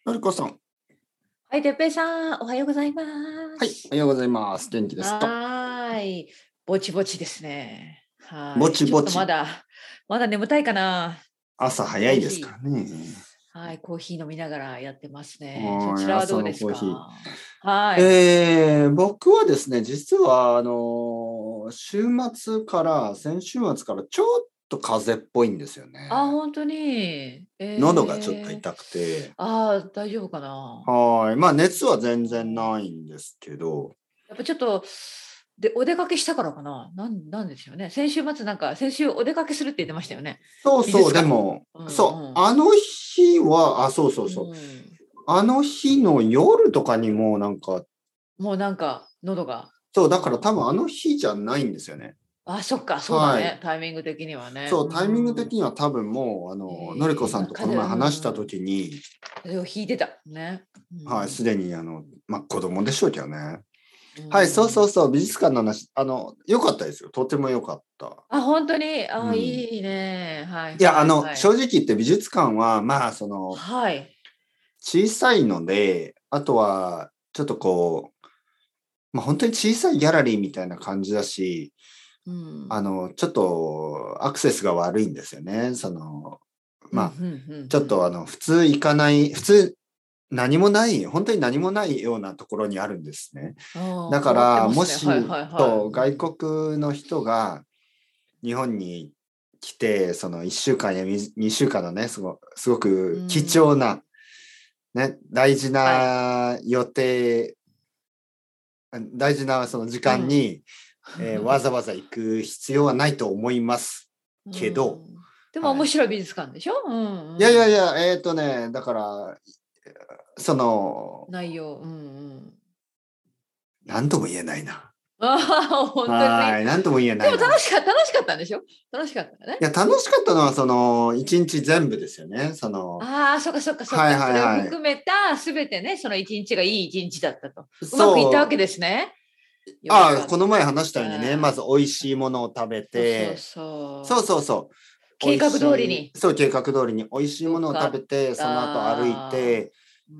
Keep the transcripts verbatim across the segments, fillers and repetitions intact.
のりこさん。 はい、てっぺいさん、おはようございまはい、 す。 おはようございます。元気ですか？ はーい、ぼちぼちですね。はぼい、ちょっちぼち。 とまだ、まだ眠たいかな。 朝早いですコーヒからね。 ー、はい、コーヒー飲みながらやってますね。そはい、 ちらはど朝のうですコーヒか？はー。 い。 えー、僕はですね、実は、あのー週末から、先週末からちょっと風邪っぽいんですよあ、 ね。 本当に。 喉がちょっとえー、 痛くて。 あー、大丈夫かな。 はい。まあ、熱は全然うんないんですけど。 やっぱちょっと、で、お出かけしたからかな。なん、なんですよね。先週末なんか、先週お出かけするって言ってましたよね。 そうそう、 美術館。 でも、 うそう、 んあの日は、あ、そうそううん。 そう。 うん。 あの日の夜とかにもなんか、 もうなんか、喉が。 そう、だからうん。 多分あの日じゃないんですよね。 あ、そっか、そうだね。 はい。 タイミング的にはね。 そう、 うタイミングん。 的には多分もう、あの、のりこええ、まあ、 さんとこの前風邪、 話したうん。 時に、 風邪をひいてた。ね。うはい、すでん。 に、あの、まあ、子供でしょうけどね。 うはい、そうそうん。 そう、美術館の話、あの、良かったですよ。とても良かった。 あ、本当に。あ、 うん。 いいね。はいいや、あの、 はいはい。 正直言って美術館は、まあ、その、 はい。 小さいので、あとは、ちょっとこう、まあ、本当に小さいギャラリーみたいな感じだし、 うん。 あの、ちょっとアクセスが悪いんですよね。その、 うん、うまあ、 ん、うん、 ちょうん。 っとあの、普通行かない、普通何もない、本当に何もないようなところにあるんですね。 ああ、変わってだから、もますね。はいし、 はいはそう、 い。う外ん。 国の人が日本に来て、そのいっしゅうかんやにしゅうかんのね、すごすごうく貴重ん。 な、ね、大事はい。 な予定、大事なその時うん。 間に、えーわざわざ行く必要はないと思いますうけど、 ん。でもはい。 面白い美術館でしょ？うんいやいやいうん。 や、えっとね、だから、その、 内容。うんうん。 なんとも言えないな。 ああ、本当に。 はい、なんとも言えでも楽ないな。 しかった楽しかったんでしょ？楽しかったね。 いや、楽しかったのは、その、一日全部ですよね。その、 ああ、そっかそっかそっはいか。それをはいはい。 含めたすべてね、その一日がいい一日だったと。うまくいったわけそう、 ですね。よああ、 かっこの前話したようにね、また。 ず美味しいものを食べそうそうて、そうそう。 そうそう、美味計画通りしい、 に。 そう、計画通りに美味しいものをよかっ食べて、その後歩いた。 て、 うん。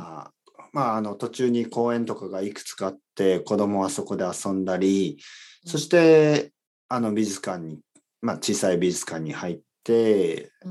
まあ、まあ、あの、途中に公園とかがいくつかあって、子供はそこで遊んだり、そしうん。 て、あの、美術館に、まあ、小さい美術館に入って、 うん。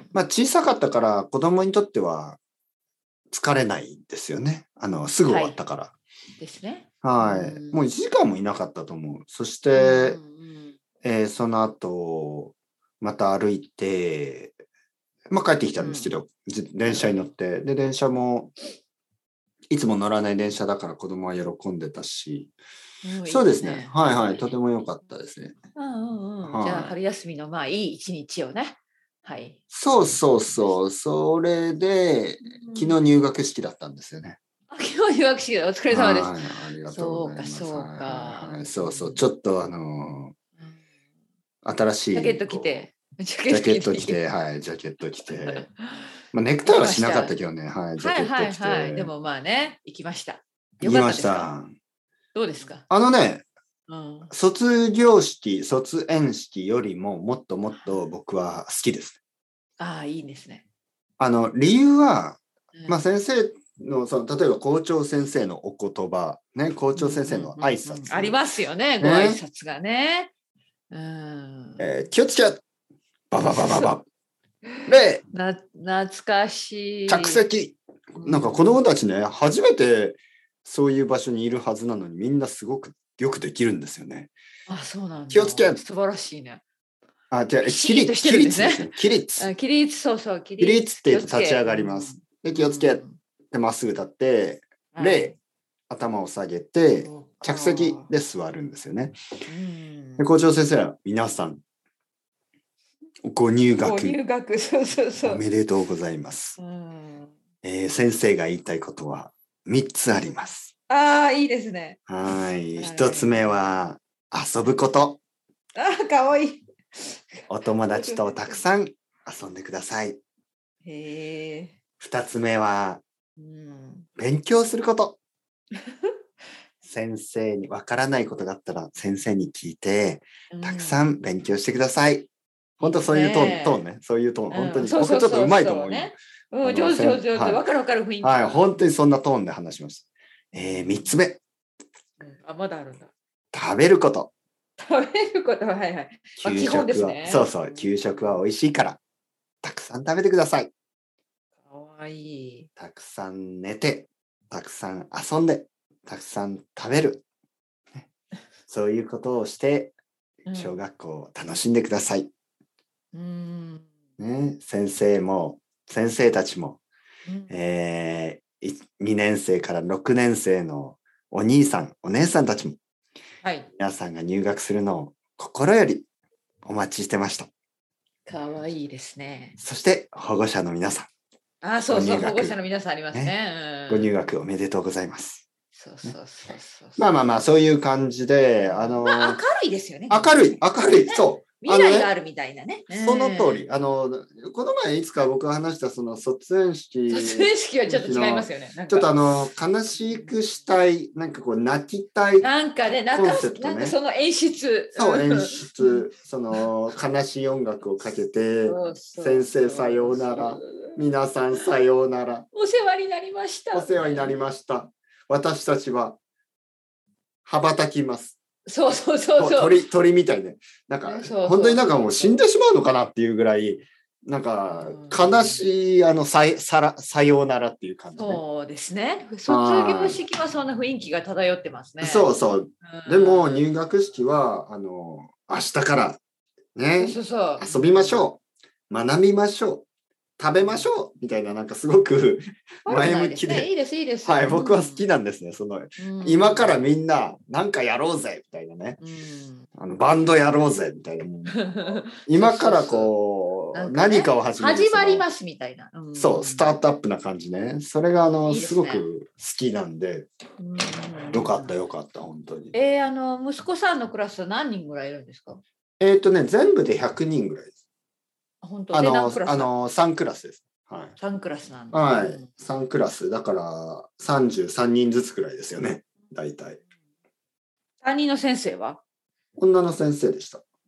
まあ、小さかったから、子供にとっては疲れないですよね。あの、すぐ終はい。 わったから。 ですね。うはい。もうん。 いちじかんもいなかったと思う。そしうんうて、 んえーその後、また歩いて、まあ、帰ってきたうん。うん。 んですけど、じ電車になるほど。 乗って、で、電車も、いつも乗らない電車だから子供は喜んでたし、 うん、いいそうですね。 ですね。 はいはい。 はい。 とても良かったですね。 うんうんうん。じゃあ、 はい。 春休みのまあいい一日をね。はい。 そうそう過ごしました。 そう。それで、昨日うん。 入学式だったんですよね。 あ、今日入学式だ。お疲れ様です。 はい。ありがとうごそうか、 ざいます。はいそうはいはい。 か。 そうそう。 うん。 ちょっとあのうん。 ー新しい、 ジャケット着こて、ジャう、ジャケッケット着ト着て、 てはい、ジャケット着て、まあ、ネクタイ行きはしなかったました。 けどね、はい、ジャはいケット着はいはい。でて、 もまあね、行きました。よかっ行きまたですか？ した。 どうですか？ あのね、 うん。 卒業式、卒園式よりももっともっと僕は好きです。 ああ、いいですね。 あの、理由は、まあ、 うん。 先生の、その、例えば校長先生のお言葉、ね、校うんう長先生のんうんうん。あり挨拶、 ますよね、ご挨ね、 拶がね。うん。 えー気をつけ、ババババそう。 バ、で、 な懐か着しい。 席。 うなんか子供ん。 たちね、初めてそういう場所にいるはずなのに、みんなすごくよくできるんですよね。 あ、そうなんだ。 気をつけ、 素晴らしいね。 あ、じゃあ、 ピ起立、 シッとして起るんですね。 立ですね。起立。 あ、起立、そうそう、起起立っ立、 て言うと立ち上気をつけ。うがります。 ん。 で、 う気をつけっん。 てまっすぐ立って、 はい。 礼、頭を下げて、 そう着席か。 で座るんですよね。 うで、 ん。 校長先生は、皆さん、ご入ご学入学、そうそうそおう。 めでとうございます。 うん。 えー先生が言いたいことはみっつありうん。 ます。 ああ、いいですね。 はい。一つ目はい。 は、遊ぶこと。 ああ、かわいい。 お友校達とたく長先生。 さん遊んでください。 へえ。 二つ目は、 うん。 勉強すること。先生にわからないことがあったら先生に聞いて、 うたくさんん。 勉強してください。本当いいですそういうトーン、トーンね。 ね。そういうトーン。本当うん、 に。 そうそう僕ちょっと上そう手いと思う、今。 そうね。 うん、上手上手上手。わかるわかる雰囲気。 はい、本当にそんなトーンで話しました。えー、みっつめ。 あ、まだあるんだ。 食べること。 食べることは、はいはい。まあ、基本ですね。 そうそう、給食は美味しいから、たくさん食べてください。 かわいい。 たくさん寝て、たくさん遊んで、たくさん食べる。そういうことをして、小学校を楽しんでください。 うん、 ね、先生も、先生たちも、うん、えー、にねん生からろくねん生のお兄さん、お姉さんたちも、はい、皆さんが入学するのを心よりお待ちしてました。 かわいいですね。 そして保護者の皆さん。 あ、そうそう、保護者の皆さんありますね。 ね、ご入学おめでとうございます。 そうそうそうそう。 まあまあまあ、そういう感じで、あのー、 まあ、明るいですよね。 明るい、明るい、そう。 未来があるみたいなね。 その通り。あの、この前いつか僕が話したその卒園式。 卒園式はちょっと違いますよね。 ちょっとあの、悲しくしたい、なんかこう泣きたい。 なんかね、なんか、なんかその演出。 そう、演出。その悲しい音楽をかけて、先生さようなら、皆さんさようなら。 お世話になりました。 お世話になりました。私たちは羽ばたきます。 そうそうそうそう。 鳥、鳥みたいね。なんか、本当になんかもう死んでしまうのかなっていうぐらい、なんか、悲しい、あの、さ、さら、さようならっていう感じ、ね。 そうですね。卒業式はそんな雰囲気が漂ってますね。 そうそう。でも、入学式は、あの、明日から、ね、そうそうそう、遊びましょう。学びましょう。食べましょうみたいな、なんかすごく前向きで、 ね、いいですいいです。 はい、僕は好きなんですね。その、うん、今からみんななんかやろうぜみたいなね、うん、あのバンドやろうぜみたいな、今からこう、そうそうそう、ね、何かを始める、 始まりますみたいな、 うん、そう、スタートアップな感じね。それがあのいい、ね、すごく好きなんで、うん、よかったよかった本当に。 えー、あの息子さんのクラスは何人ぐらいいるんですか？ えっとね、全部でひゃくにんぐらいです。 本当あのあのさんクラスです。はい。 さんクラスなんだ。 はい。さんクラスだからさんじゅうさんにんずつくらいですよね。大体。 担任の先生は？ 女の先生でした。 うん、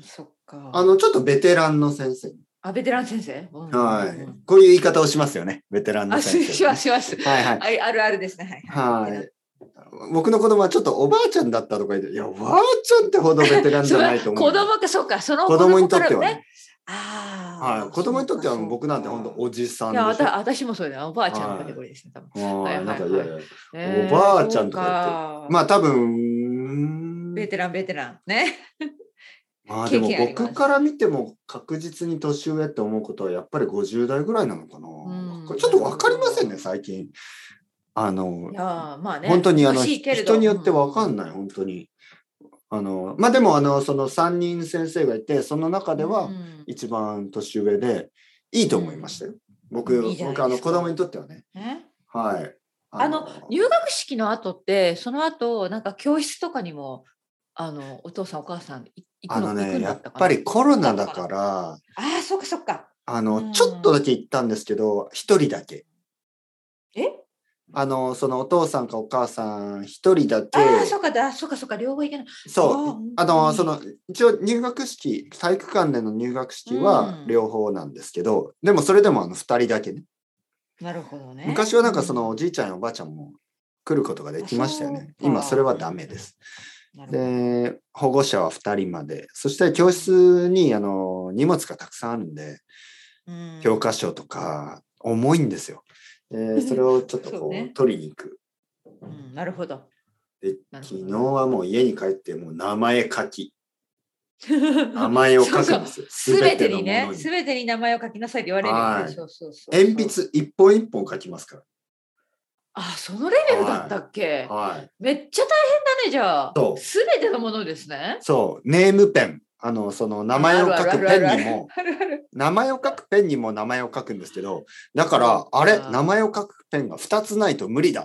そっか。 あのちょっとベテランの先生。 あ、ベテラン先生。 うん、はい。こういう言い方をしますよね。ベテランの先生、ね。 あ、しますします。 はいはい。 あるあるですね。はい。 はい。僕の子供はちょっとおばあちゃんだったとか言って、いや、おばあちゃんってほどベテランじゃないと思う。 子供か、そうか、その子供にとってはね。 ああ、はい、子供にとっては僕なんて本当おじさんでしょ。 いや、私もそうだよ。おばあちゃんのカテゴリーですね、多分。 はい、なんかいやいや、えー、おばあちゃんとか言って、まあ多分ベテランベテランね。 まあでも僕から見ても確実に年上って思うことはやっぱりごじゅう代ぐらいなのかな。うん、ちょっと分かりませんね最近。あの、 いやまあね、 本当にあの人によって分かんない、うん、本当に。あのまあでもあのそのさんにん先生がいて、その中では一番年上でいいと思いましたよ。うん、僕、いい僕あの子供にとってはね。はい。 あの入学式の後ってその後なんか教室とかにもあのお父さんお母さん行くの、 あのね、やっぱりコロナだから、 ああ、そっかそっか。 あの、うん、ちょっとだけ行ったんですけど、一人だけ。 え？ あの、そのお父さんかお母さん一人だけ。 ああ、そっかだ、そっかそっか、両方行けない。 そう。あの、その、一応入学式、体育館での入学式は両方なんですけど、うん、でもそれでもあの二人だけね。 なるほどね。 昔はなんかそのおじいちゃんやおばあちゃんも来ることができましたよね。今それはダメです。で、保護者はふたりまで。そして教室にあの荷物がたくさんあるんで、うん、教科書とか重いんですよ。でそれをちょっとこうね、取りに行く。 うん、なるほど。 で昨日はもう家に帰ってもう名前書き。名前を書くんですよ。 すべてにね、すべてに名前を書きなさいって言われるよね。そうそうそう。 鉛筆一本一本書きますから。 あ、そのレベルだったっけ？はい。はい、めっちゃ大変だね、じゃあ。そう。すべてのものですね。 そう。ネームペン。あの、その名前を書くペンにも、名前を書くペンにも名前を書くんですけど、だから、あれ、名前を書くペンがふたつないと無理だ。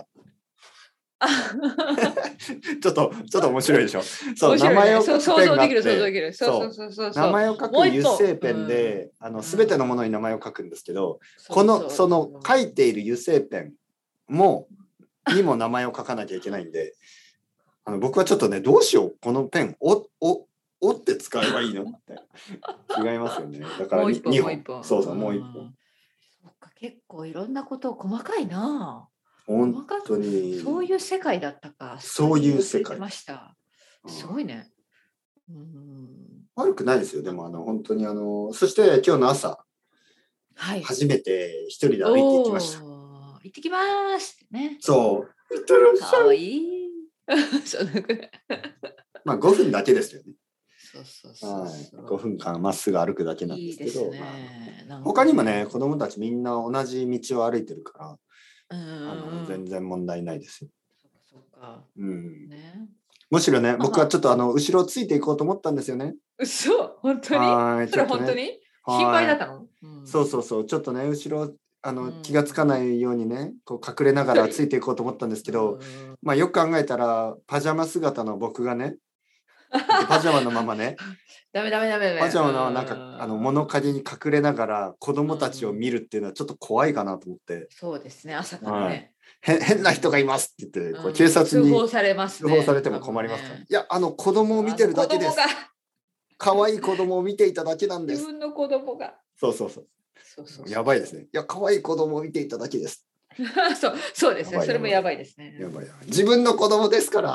ちょっと、ちょっと面白いでしょ。そう、名前を書くペンがあって、そう、名前を書く油性ペンで、あの、すべてのものに名前を書くんですけど、この、その書いている油性ペンも、にも名前を書かなきゃいけないんで、あの僕はちょっとね、どうしよう、このペン、お、お、折って使えばいいのって違いますよね。だからにほん。そうそう、もう一本。 か結構いろんなこと細かいな。 本当にそういう世界だったか。 そういう世界ました。すごいね。うん、 悪くないですよ。でもあの本当にあのそして今日の朝、はい、初めて一人で歩いて行きました。 行ってきますね。 そう。行ってらっしゃい。 かわいい。 まあごふんだけですよね。 そうそうそうそう、 はい、ごふんかんまっすぐ歩くだけなんですけど、いいですね、 まあ、他にもね子供たちみんな同じ道を歩いてるから、うん、あの全然問題ないですよ。 そうか、 うんね、むしろね僕はちょっとあの後ろついていこうと思ったんですよね。 嘘、本当に？はいそれ本当に、ね、心配だったの？ うん、そうそうそう、ちょっとね後ろあの、うん、気がつかないようにねこう隠れながらついていこうと思ったんですけど、うん、まあよく考えたらパジャマ姿の僕がねパジャマのままねダメダメダメダメパジャマのなんかあの物陰に隠れながら子供たちを見るっていうのはちょっと怖いかなと思って、 そうですね朝からね、 はい、変な人がいますって言ってこう警察に通報されますね、 通報されても困りますから、ね、いやあの子供を見てるだけです。可愛い子供を見ていただけなんです。 自分の子供がそうそうそうそうそうそうやばいですね。いや可愛い子供を見ていただけです。 そうそうですね。それもやばいですね。 やばいやばい。自分の子供ですから。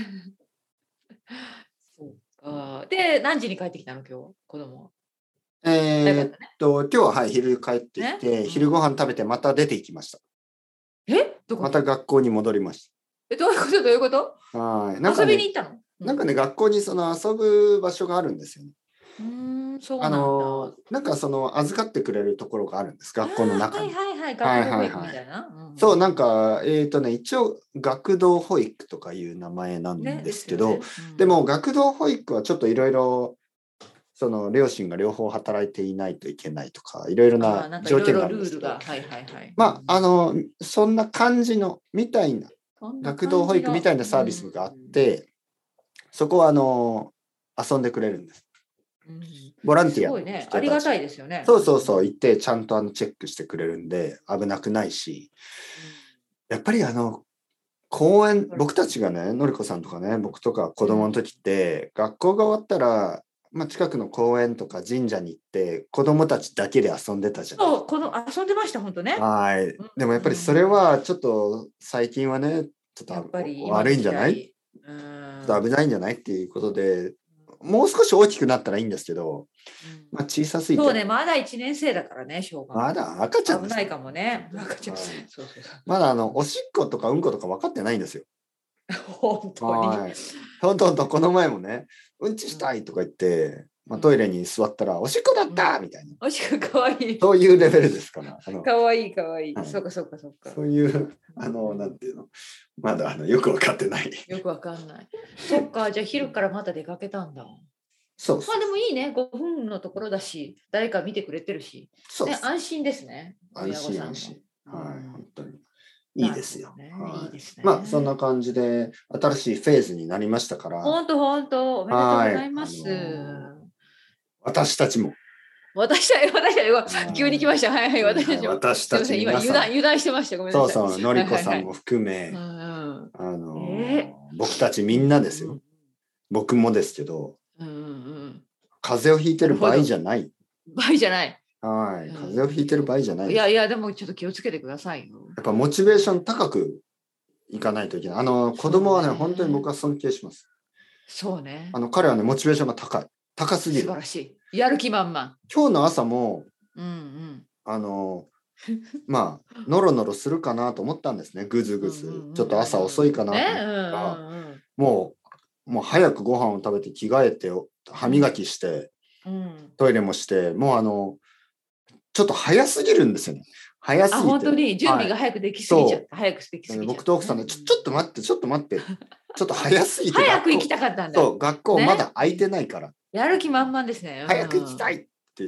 そうか。で何時に帰ってきたの今日子供は。 えー、っと今日ははい昼帰ってきて、ね、昼ご飯食べてまた出ていきました。 えどこ？ また学校に戻りました。 えどういうことどういうこと？ はい。 なんかね、遊びに行ったの？ なんかね学校にその遊ぶ場所があるんですよね。 うんそうなんだ。 あのなんかその預かってくれるところがあるんです学校の中に。 はいはいはい学童保育みたいな。 そうなんかえっ、ー、とね一応学童保育とかいう名前なんですけど、ね ですよねうん、でも学童保育はちょっといろいろその両親が両方働いていないといけないとかいろいろな条件があるんですけど、まああのそんな感じのみたいな学童保育みたいなサービスがあって、うん、そこはあの遊んでくれるんです。うん、ボランティアの人たち、 ね、ありがたいですよね。 そうそうそう行ってちゃんとあのチェックしてくれるんで危なくないし、うん、やっぱりあの公園僕たちがねのりこさんとかね僕とか子供の時って、うん、学校が終わったら、まあ、近くの公園とか神社に行って子供たちだけで遊んでたじゃないですか。 そうこの遊んでました本当ね。 はい、うん、でもやっぱりそれはちょっと最近はねちょっと悪いんじゃない？うん、ちょっと危ないんじゃないっていうことでもう少し大きくなったらいいんですけど、まあ、小さすぎてそうねまだいちねん生だからね小学校まだ赤ちゃんです、ね、危ないかもね赤ちゃん、はい、そうそうそうまだあのおしっことかうんことか分かってないんですよ。 本当に、 はい、トントンとこの前もねうんちしたいとか言って、まあ、トイレに座ったら、うん、おしっこだったみたいな、 おしっこかわいいそういうレベルですからかわいいかわいい、はい、そうかそうかそうかそういうあのなんていうのまだあのよく分かってないよく分かんないそっかじゃあ昼からまた出かけたんだ。 そうまあでもいいねごふんのところだし誰か見てくれてるし、そうね、安心ですね。 安心安心はい、本当にいいですよ。ねはい、いいですね。まあそんな感じで新しいフェーズになりましたから。 本当本当おめでとうございます。はいあのー、 私たちも。 私たち私たち急に来ましたはいはい私たちも。 私たち今油断油断してましたごめんなさい。 そうそうのりこさんも含め、はいはいはい、あのーえー、僕たちみんなですよ。僕もですけど。うんうん、風邪をひいてる場合じゃない。 場合じゃない。 はい、風邪をひいてる場合じゃない、うん。 いやいやでもちょっと気をつけてくださいよ。 やっぱモチベーション高くいかないといけない。あの子供はね本当に僕は尊敬します。 そうね。 あの彼はねモチベーションが高い。高すぎる。 素晴らしい。やる気満々。 今日の朝も、 うんうん、 あのまあノロノロするかなと思ったんですね。ぐずぐず、うんうんうん、ちょっと朝遅いかなと思ったら、ねうんうんうん、もうもう早くご飯を食べて着替えて歯磨きして、うん、トイレもしてもうあのちょっと早すぎるんですよね。早すぎて。 あ本当に準備が早くできすぎちゃった。はい、早くできすぎちゃった、ね。 僕と奥さんでちょちょっと待ってちょっと待ってちょっと早すぎて早く行きたかったんだ。 そう学校まだ空いてないから。ね、 やる気満々ですね。 うん、早く行きたいって言って、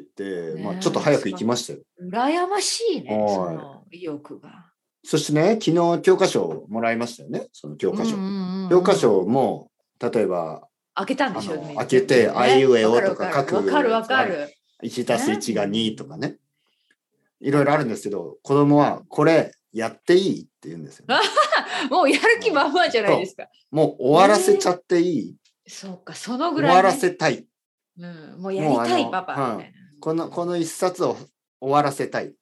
ね、まあちょっと早く行きましたよ。 羨ましいね。その意欲が。 そしてね昨日教科書をもらいましたよね。その教科書。うんうんうん、教科書も例えば開けたんでしょうね。開けて、ね、あいうえおとか書く。 わかるわかる。 いちたすいちがにとかね。いろいろあるんですけど、子供はこれやっていいって言うんですよ、ね。 もうやる気満々じゃないですか。 もう終わらせちゃっていい。 えー、そうか、そのぐらい、 ね。終わらせたい。 うん、もうやりたいパパみたいな。 このこの一冊を終わらせたい。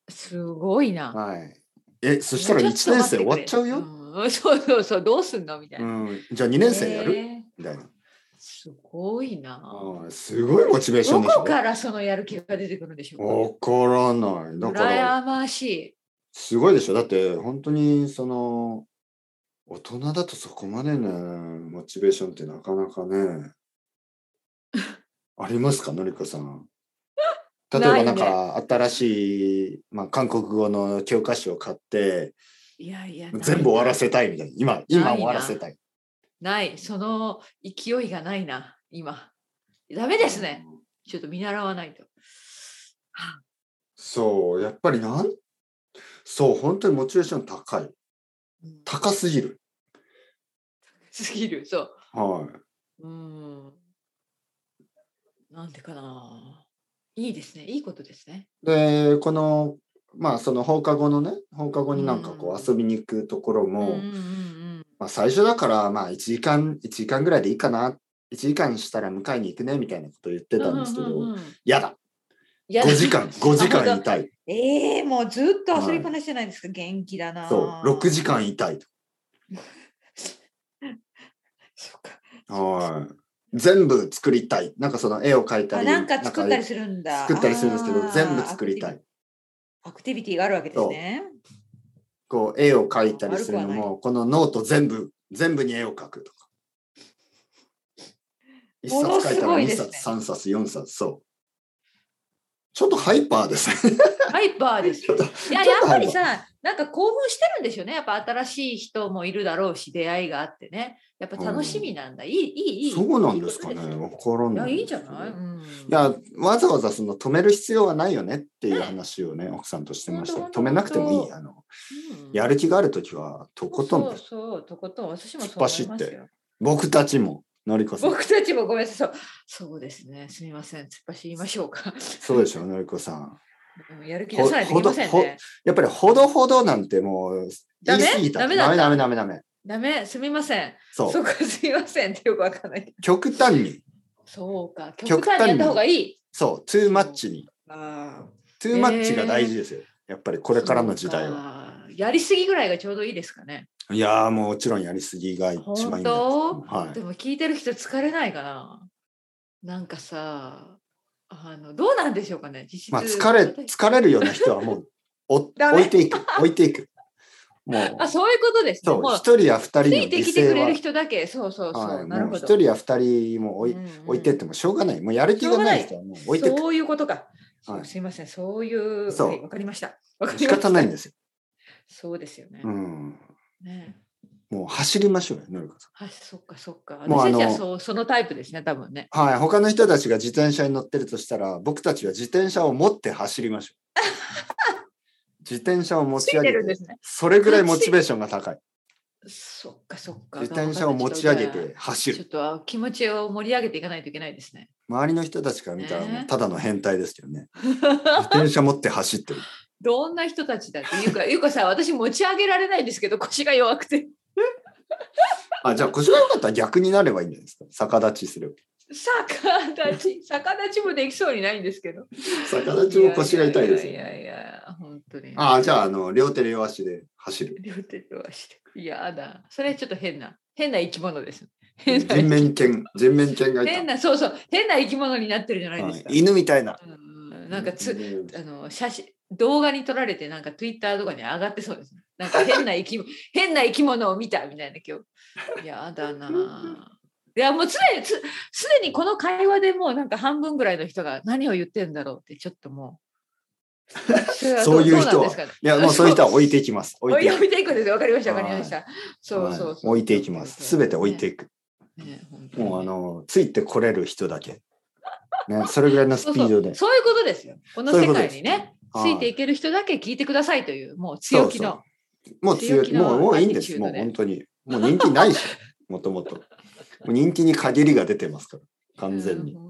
すごいな。 はい。え、そしたらいちねん生終わっちゃうよ。 うん、そうそうそう、どうすんのみたいな。 うん、じゃあにねん生やる、えー、みたいな。 すごいな。 あ、すごいモチベーションでしょ。 どこからそのやる気が出てくるんでしょうか。 わからない。だから。 羨ましい。 すごいでしょ。だって本当にその大人だとそこまでね、モチベーションってなかなかね。ありますか、のりこさん。例えばなんか新しい、まあ、韓国語の教科書を買って、 いやいや全部終わらせたいみたいな。今、今終わらせたい。 ない、その勢いがないな、今。ダメですね。ちょっと見習わないと。 そう、やっぱりなん、そう、本当にモチベーション高い。高すぎる。 高すぎる、そう。 はい。 うん。なんでかな。いいですね。いいことですね。 で、この、まあその放課後のね、放課後になんかこう遊びに行くところも、まあ最初だからまあいちじかん、いちじかんぐらいでいいかな。いちじかんしたら迎えに行くねみたいなことを言ってたんですけど、やだ。ごじかん、ごじかんいたい。 ええー、もうずっと遊びっぱなしじゃないですか。はい、元気だな。 そう、ろくじかんいたいと。 そうか。 はい。全部作りたい。なんかその絵を描いたり。 なんか作ったりするんだ。 作ったりするんですけど、全部作りたい。 アクティビティがあるわけですね。 こう、絵を描いたりするのも、このノート全部、全部に絵を描くとか。一冊描いたらにさつ、さんさつ、よんさつ、そう。ちょっとハイパーですね。 ハイパーです。いや、やっぱりさ、なんか興奮してるんでしょうね。やっぱ新しい人もいるだろうし、出会いがあってね。やっぱ楽しみなんだ。いい、いい、いい。 そうなんですかね。わからない。 いや、いいんじゃない、うん、 いや、わざわざその止める必要はないよねっていう話をね、ね、奥さんとしてました。止めなくてもいい。あの、うん、やる気があるときは、とことん。 そうそう、とことん。私もそう思いますよ。突っ走って。 僕たちも。のりこさん。 僕たちもごめんなさい。そうですね。すみません。突っ走りましょうか。 そうでしょう、のりこさん。 やる気出さないといけませんね。 やっぱりほどほどなんてもう言い過ぎた。ダメダメダメダメダメ。 ダメ、すみません。 そう。 そこすみませんってよくわかんない。 極端に。 そうか。極端にやった方がいい。 そう、トゥーマッチに。あトゥーマッチが大事ですよ。やっぱりこれからの時代は。 やりすぎぐらいがちょうどいいですかね。 いやーもちろんやりすぎが一番いいんです。 本当、はい、でも聞いてる人疲れないかな。なんかさ、あのどうなんでしょうかね。実質まあ疲れ疲れるような人はもうお置いていく置いていく。もうあ、そういうことですね。 そう一人や二人の犠牲はついてきてくれる人だけ、そうそうそう。はい、なるほど。 一人や二人も置い、うんうん、置いてってもしょうがない。もうやる気がない人はもう置いていく。 そういうことか。はい、すいません。そういう。そう。はい、わかりました。わかりました。 仕方ないんですよ。 そうですよね。 うん。ね。もう走りましょうよ、のりこさん。 はい、そっかそっか。私たちはそそのタイプですね、多分ね。 はい、他の人たちが自転車に乗ってるとしたら、僕たちは自転車を持って走りましょう。自転車を持ち上げて、てね、それぐらいモチベーションが高い。 そっかそっか。 自転車を持ち上げて走る。 ちょっと気持ちを盛り上げていかないといけないですね。 周りの人たちから見たらもうただの変態ですけどね。自転車持って走ってる。 どんな人たちだっていうか、いうかさ、私持ち上げられないんですけど、腰が弱くて。 あ、じゃあ腰が良かったら逆になればいいんじゃないですか。逆立ちする。 逆立ち、逆立ちもできそうにないんですけど。 逆立ちも腰が痛いですよ。 いやいやいや、本当に。 あ、じゃあ、あの両手両足で走る。 両手両足で。いやだ。それちょっと変な、変な生き物です。 人面犬、人面犬がいた。 変な、そうそう、変な生き物になってるじゃないですか。 はい、犬みたいな。 うん、なんかつ、あの写真。動画に撮られてなんか Twitter とかに上がってそうです。なんか変な生き変な生き物を見たみたいな今日。いやだな。いやもう常にすでにこの会話でもうなんか半分ぐらいの人が何を言ってんだろうってちょっともう。そういう人は、ね、いやもうそういう人は置いていきます。 置いていくんですよ。わかりましたわかりました。そうそうそう。 置いていきます。すべて置いていく。ねね、もうあのついてこれる人だけ。ね、それぐらいのスピードで。 そうそうそういうことですよ。この世界にね。ついていける人だけ聞いてくださいという、もう強気の。 そうそうもう強気の、もう、もういいんです。もう本当に。もう人気ないし、もともと。もう人気に限りが出てますから、完全に。